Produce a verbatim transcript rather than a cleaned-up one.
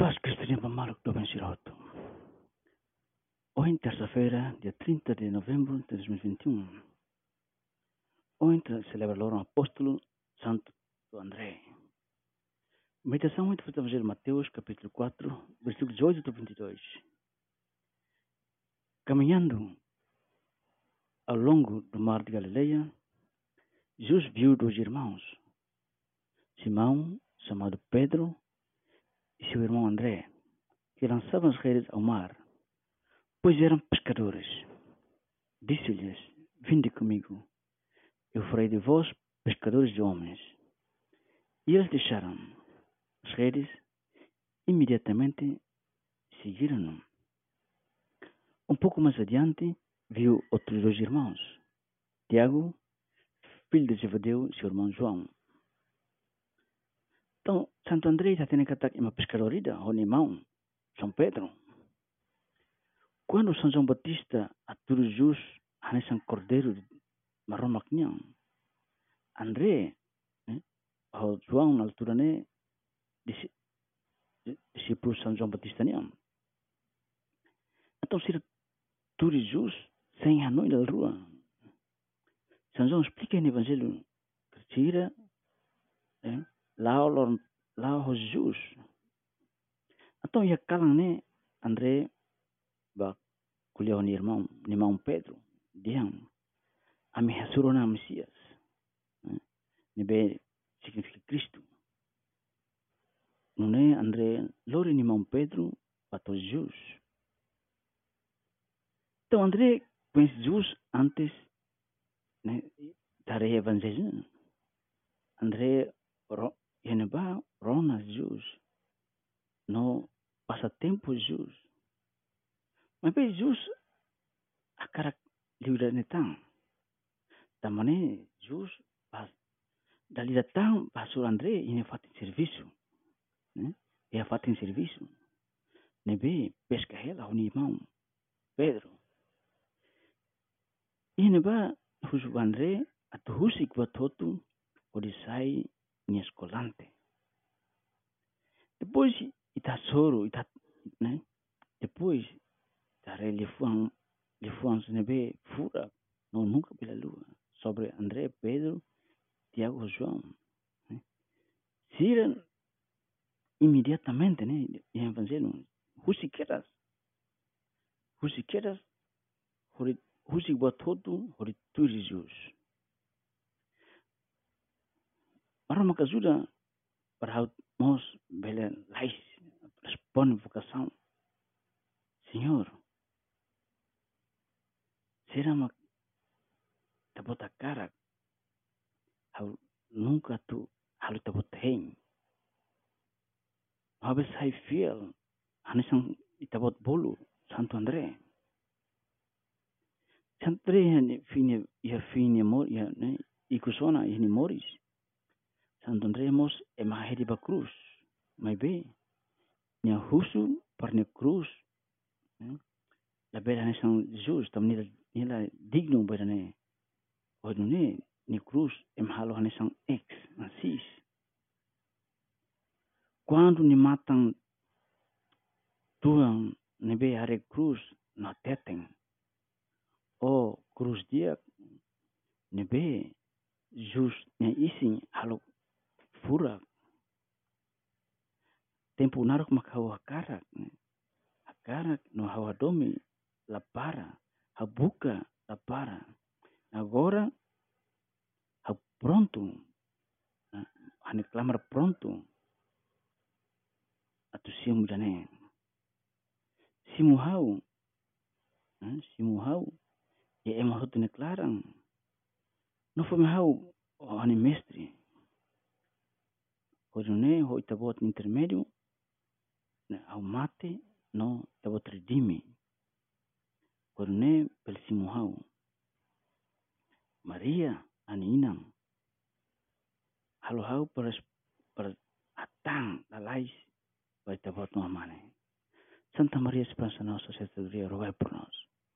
Paz Cristiana Mamaluk do Benchiroto. Hoje, terça-feira, dia trinta de novembro de dois mil e vinte e um. Hoje, celebra o apóstolo Santo André. Meditação hoje do Evangelho de Mateus, capítulo quatro, versículo dezoito a vinte e dois. Caminhando ao longo do mar de Galileia, Jesus viu dois irmãos, Simão, chamado Pedro, e seu irmão André, que lançavam as redes ao mar, pois eram pescadores. Disse-lhes: Vinde comigo, eu farei de vós pescadores de homens. E eles deixaram as redes, imediatamente seguiram-no. Um pouco mais adiante, viu outros dois irmãos, Tiago, filho de Zebedeu, e seu irmão João. Então, Santo André já tem que estar em uma pescadoria, o irmão São Pedro. Quando São João Batista atura Jesus a nesse cordeiro marrom maquinhão, André, né, o João na altura né, discípulo São João Batista não. Então, se atura Jesus sem a noite da rua, São João explica no Evangelho que tira né, lá o lá o Jesus. Então, ia calam né, André vai colher o irmão, o irmão Pedro, dizendo, a minha surona Messias, né, significa Cristo. Não é André, loro irmão Pedro, para Jesus. Então, André conhece Jesus antes né, da evangelho. André, ele vai rona Jesus, no passatempo Jesus. Mas bem, Jesus, a cara livre de tão. Da maneira, Jesus, dali da tão, passou André, ele faz serviço. Né? Ele faz serviço. Ne bem, pesca ela, o irmão Pedro. E ele vai, o André, a tu husik va todo, o de sai, minha escolante. Depois, ita soro, ita, né? Depois, tare lifuan, lifuan nebe fura, não nunca pela lua, sobre André, Pedro, Tiago, João. Né? Siram imediatamente, né? Em Evangelho, husiqueras, husiqueras, husik va todo, hori tu Jesus. Para uma ajuda para nós, bela lais, responde vocação. Senhor, será uma ta bota cara, hau nunca tu halu ta bota hein. Habis hai fiel, anisang itabot bolu, Santo André. Santo André fine ia fine mor ia ne ikusona ini moris. Santo André mos e mahedi ba cruz. Mai be, nia husu par ne cruz. La bela ne San Jesus, tam nila nila digno bela ne. Odo ne ni cruz e mahalo ne San ex, ansis. Quando ni matam tuang nebe are cruz na teteng. O cruz dia nebe jus ne ising halo fura. Tempo narok makau hakarak. Hakarak no hawa domi la para. Habuka la para. Agora ha pronto. Hani clamar pronto. Atu simu dane. Simu hau. Simu hau. E ema hotu ne clarang. No foi hau hani mestre. Hoje ho itabot intermédio. Ao mate no itabot redime. Hoje pel simu hau. Maria ani inang. Halo hau per per atang lalais vai itabot no amane. Santa Maria Esperança Nossa, Santa Maria, rogai por nós.